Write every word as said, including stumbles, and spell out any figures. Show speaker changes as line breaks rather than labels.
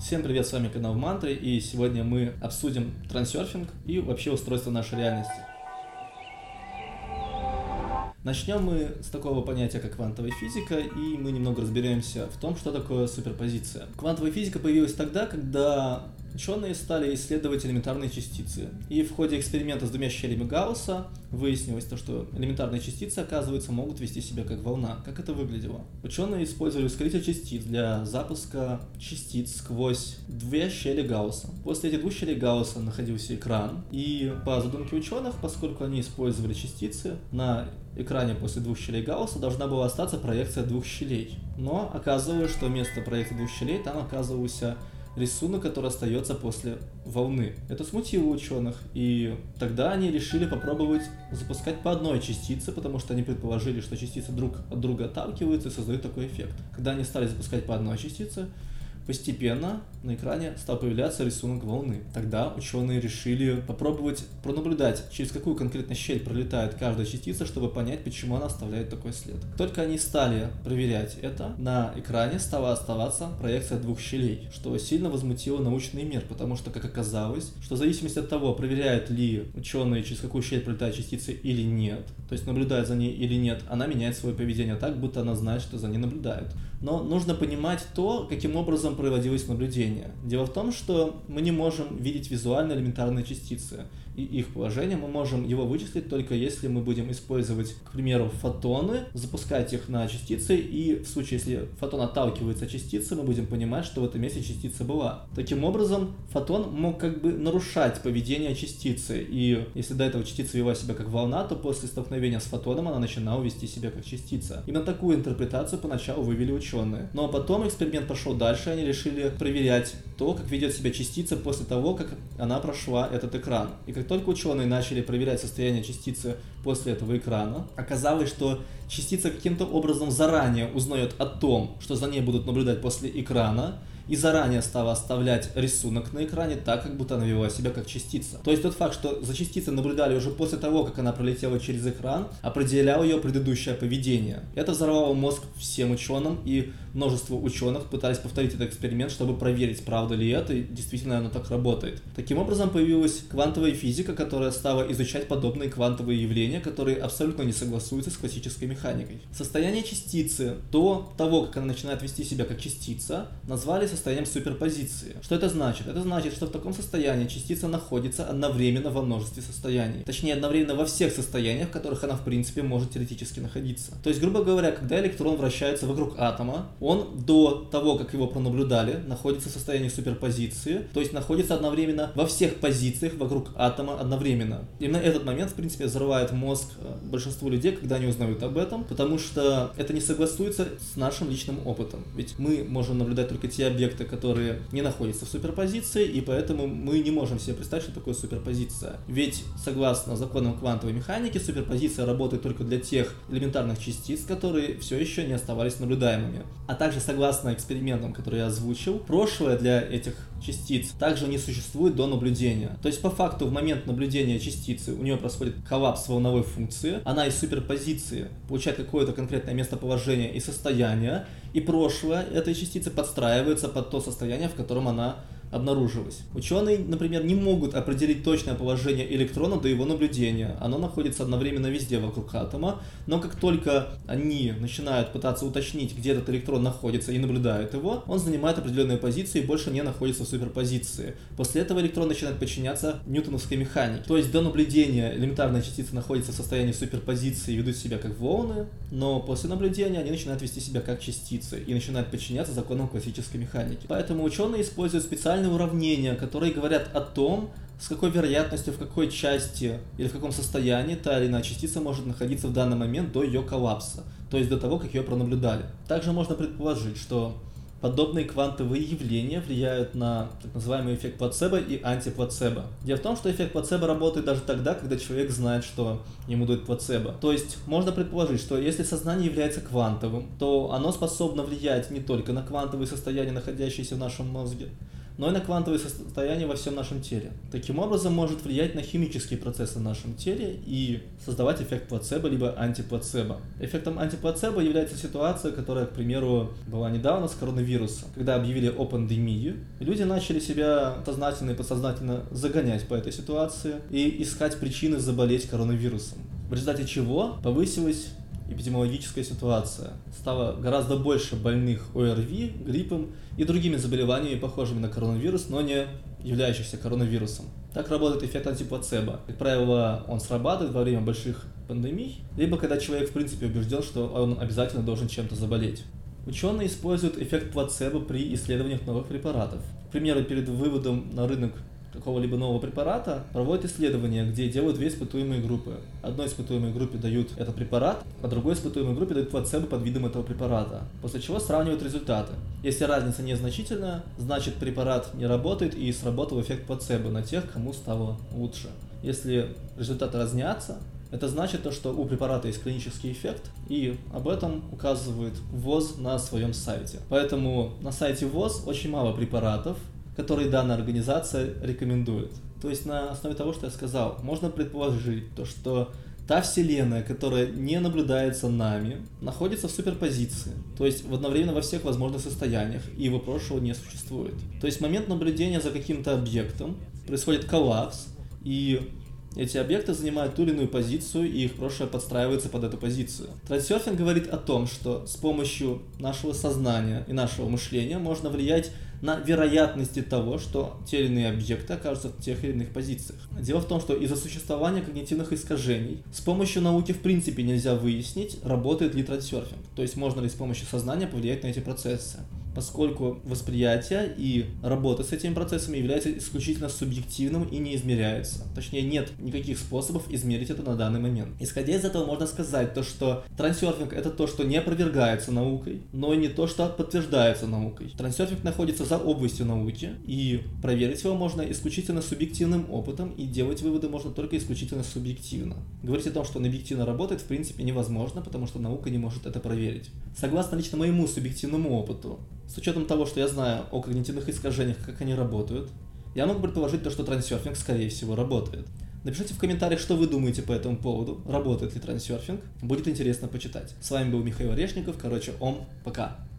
Всем привет, с вами канал Мантры, и сегодня мы обсудим трансерфинг и вообще устройство нашей реальности. Начнем мы с такого понятия, как квантовая физика, и мы немного разберемся в том, что такое суперпозиция. Квантовая физика появилась тогда, когда ученые стали исследовать элементарные частицы. И в ходе эксперимента с двумя щелями Гаусса выяснилось то, что элементарные частицы, оказывается, могут вести себя как волна. Как это выглядело? Ученые использовали ускоритель частиц для запуска частиц сквозь две щели Гаусса. После этих двух щелей Гаусса находился экран, и по задумке ученых, поскольку они использовали частицы, на экране после двух щелей Гаусса должна была остаться проекция двух щелей. Но оказывалось, что вместо проекции двух щелей там оказывался рисунок, который остается после волны. Это смутило ученых, и тогда они решили попробовать запускать по одной частице, потому что они предположили, что частицы друг от друга отталкиваются и создают такой эффект. Когда они стали запускать по одной частице, постепенно на экране стал появляться рисунок волны. Тогда ученые решили попробовать пронаблюдать, через какую конкретно щель пролетает каждая частица, чтобы понять, почему она оставляет такой след. Только они стали проверять это, на экране стала оставаться проекция двух щелей, что сильно возмутило научный мир, потому что, как оказалось, что в зависимости от того, проверяют ли ученые, через какую щель пролетает частица или нет, то есть наблюдают за ней или нет, она меняет свое поведение так, будто она знает, что за ней наблюдают. Но нужно понимать то, каким образом проводилось наблюдение. Дело в том, что мы не можем видеть визуально элементарные частицы и их положение. Мы можем его вычислить только если мы будем использовать, к примеру, фотоны, запускать их на частицы, и в случае, если фотон отталкивается от частицы, мы будем понимать, что в этом месте частица была. Таким образом, фотон мог как бы нарушать поведение частицы, и если до этого частица вела себя как волна, то после столкновения с фотоном она начинала вести себя как частица. Именно такую интерпретацию поначалу вывели ученые. Но потом эксперимент пошел дальше, они решили проверять то, как ведет себя частица после того, как она прошла этот экран. И как только ученые начали проверять состояние частицы после этого экрана, оказалось, что частица каким-то образом заранее узнает о том, что за ней будут наблюдать после экрана, и заранее стала оставлять рисунок на экране так, как будто она вела себя как частица. То есть тот факт, что за частицей наблюдали уже после того, как она пролетела через экран, определял ее предыдущее поведение. Это взорвало мозг всем ученым, и множество ученых пытались повторить этот эксперимент, чтобы проверить, правда ли это, и действительно оно так работает. Таким образом появилась квантовая физика, которая стала изучать подобные квантовые явления, которые абсолютно не согласуются с классической механикой. Состояние частицы до того, как она начинает вести себя как частица, назвали состоянием суперпозиции. Что это значит? Это значит, что в таком состоянии частица находится одновременно во множестве состояний. Точнее, одновременно во всех состояниях, в которых она в принципе может теоретически находиться. То есть, грубо говоря, когда электрон вращается вокруг атома, он до того, как его пронаблюдали, находится в состоянии суперпозиции, то есть находится одновременно во всех позициях вокруг атома одновременно. Именно этот момент, в принципе, взрывает мозг большинству людей, когда они узнают об этом, потому что это не согласуется с нашим личным опытом. Ведь мы можем наблюдать только те объекты, которые не находятся в суперпозиции, и поэтому мы не можем себе представить, что такое суперпозиция. Ведь, согласно законам квантовой механики, суперпозиция работает только для тех элементарных частиц, которые все еще не оставались наблюдаемыми. А также, согласно экспериментам, которые я озвучил, прошлое для этих частиц также не существует до наблюдения. То есть, по факту, в момент наблюдения частицы у нее происходит коллапс волновой функции, она из суперпозиции получает какое-то конкретное местоположение и состояние, и прошлое этой частицы подстраивается под то состояние, в котором она обнаружилось. Ученые, например, не могут определить точное положение электрона до его наблюдения. Оно находится одновременно везде вокруг атома, но как только они начинают пытаться уточнить, где этот электрон находится, и наблюдают его, он занимает определенную позицию и больше не находится в суперпозиции. После этого электрон начинает подчиняться ньютоновской механике. То есть до наблюдения элементарные частицы находятся в состоянии суперпозиции и ведут себя как волны, но после наблюдения они начинают вести себя как частицы и начинают подчиняться законам классической механики. Поэтому ученые используют специальные уравнения, которые говорят о том, с какой вероятностью, в какой части или в каком состоянии та или иная частица может находиться в данный момент до ее коллапса, то есть до того, как ее пронаблюдали. Также можно предположить, что подобные квантовые явления влияют на так называемый эффект плацебо и антиплацебо. Дело в том, что эффект плацебо работает даже тогда, когда человек знает, что ему дают плацебо. То есть можно предположить, что если сознание является квантовым, то оно способно влиять не только на квантовые состояния, находящиеся в нашем мозге, но и на квантовые состояния во всем нашем теле. Таким образом, может влиять на химические процессы в нашем теле и создавать эффект плацебо либо антиплацебо. Эффектом антиплацебо является ситуация, которая, к примеру, была недавно с коронавирусом. Когда объявили о пандемии, люди начали себя сознательно и подсознательно загонять по этой ситуации и искать причины заболеть коронавирусом. В результате чего повысилась эпидемиологическая ситуация. Стало гораздо больше больных ОРВИ, гриппом и другими заболеваниями, похожими на коронавирус, но не являющихся коронавирусом. Так работает эффект антиплацебо. Как правило, он срабатывает во время больших пандемий, либо когда человек в принципе убежден, что он обязательно должен чем-то заболеть. Ученые используют эффект плацебо при исследованиях новых препаратов. К примеру, перед выводом на рынок какого-либо нового препарата проводят исследования, где делают две испытуемые группы. Одной испытуемой группе дают этот препарат, а другой испытуемой группе дают плацебо под видом этого препарата, после чего сравнивают результаты. Если разница незначительная, значит препарат не работает и сработал эффект плацебо на тех, кому стало лучше. Если результаты разнятся, это значит то, что у препарата есть клинический эффект, и об этом указывает ВОЗ на своем сайте. Поэтому на сайте ВОЗ очень мало препаратов, которые данная организация рекомендует. То есть на основе того, что я сказал, можно предположить то, что та вселенная, которая не наблюдается нами, находится в суперпозиции, то есть одновременно во всех возможных состояниях, и его прошлого не существует. То есть в момент наблюдения за каким-то объектом происходит коллапс, и эти объекты занимают ту или иную позицию, и их прошлое подстраивается под эту позицию. Трансерфинг говорит о том, что с помощью нашего сознания и нашего мышления можно влиять на вероятности того, что те или иные объекты окажутся в тех или иных позициях. Дело в том, что из-за существования когнитивных искажений с помощью науки в принципе нельзя выяснить, работает ли трансерфинг, то есть можно ли с помощью сознания повлиять на эти процессы, поскольку восприятие и работа с этими процессами является исключительно субъективным и не измеряется. Точнее, нет никаких способов измерить это на данный момент. Исходя из этого, можно сказать то, что трансерфинг — это то, что не опровергается наукой, но и не то, что подтверждается наукой. Трансерфинг находится за областью науки, и проверить его можно исключительно субъективным опытом, и делать выводы можно только исключительно субъективно. Говорить о том, что он объективно работает, в принципе невозможно, потому что наука не может это проверить. Согласно лично моему субъективному опыту, с учетом того, что я знаю о когнитивных искажениях, как они работают, я могу предположить то, что трансерфинг скорее всего работает. Напишите в комментариях, что вы думаете по этому поводу, работает ли трансерфинг, будет интересно почитать. С вами был Михаил Орешников, короче, ом, пока.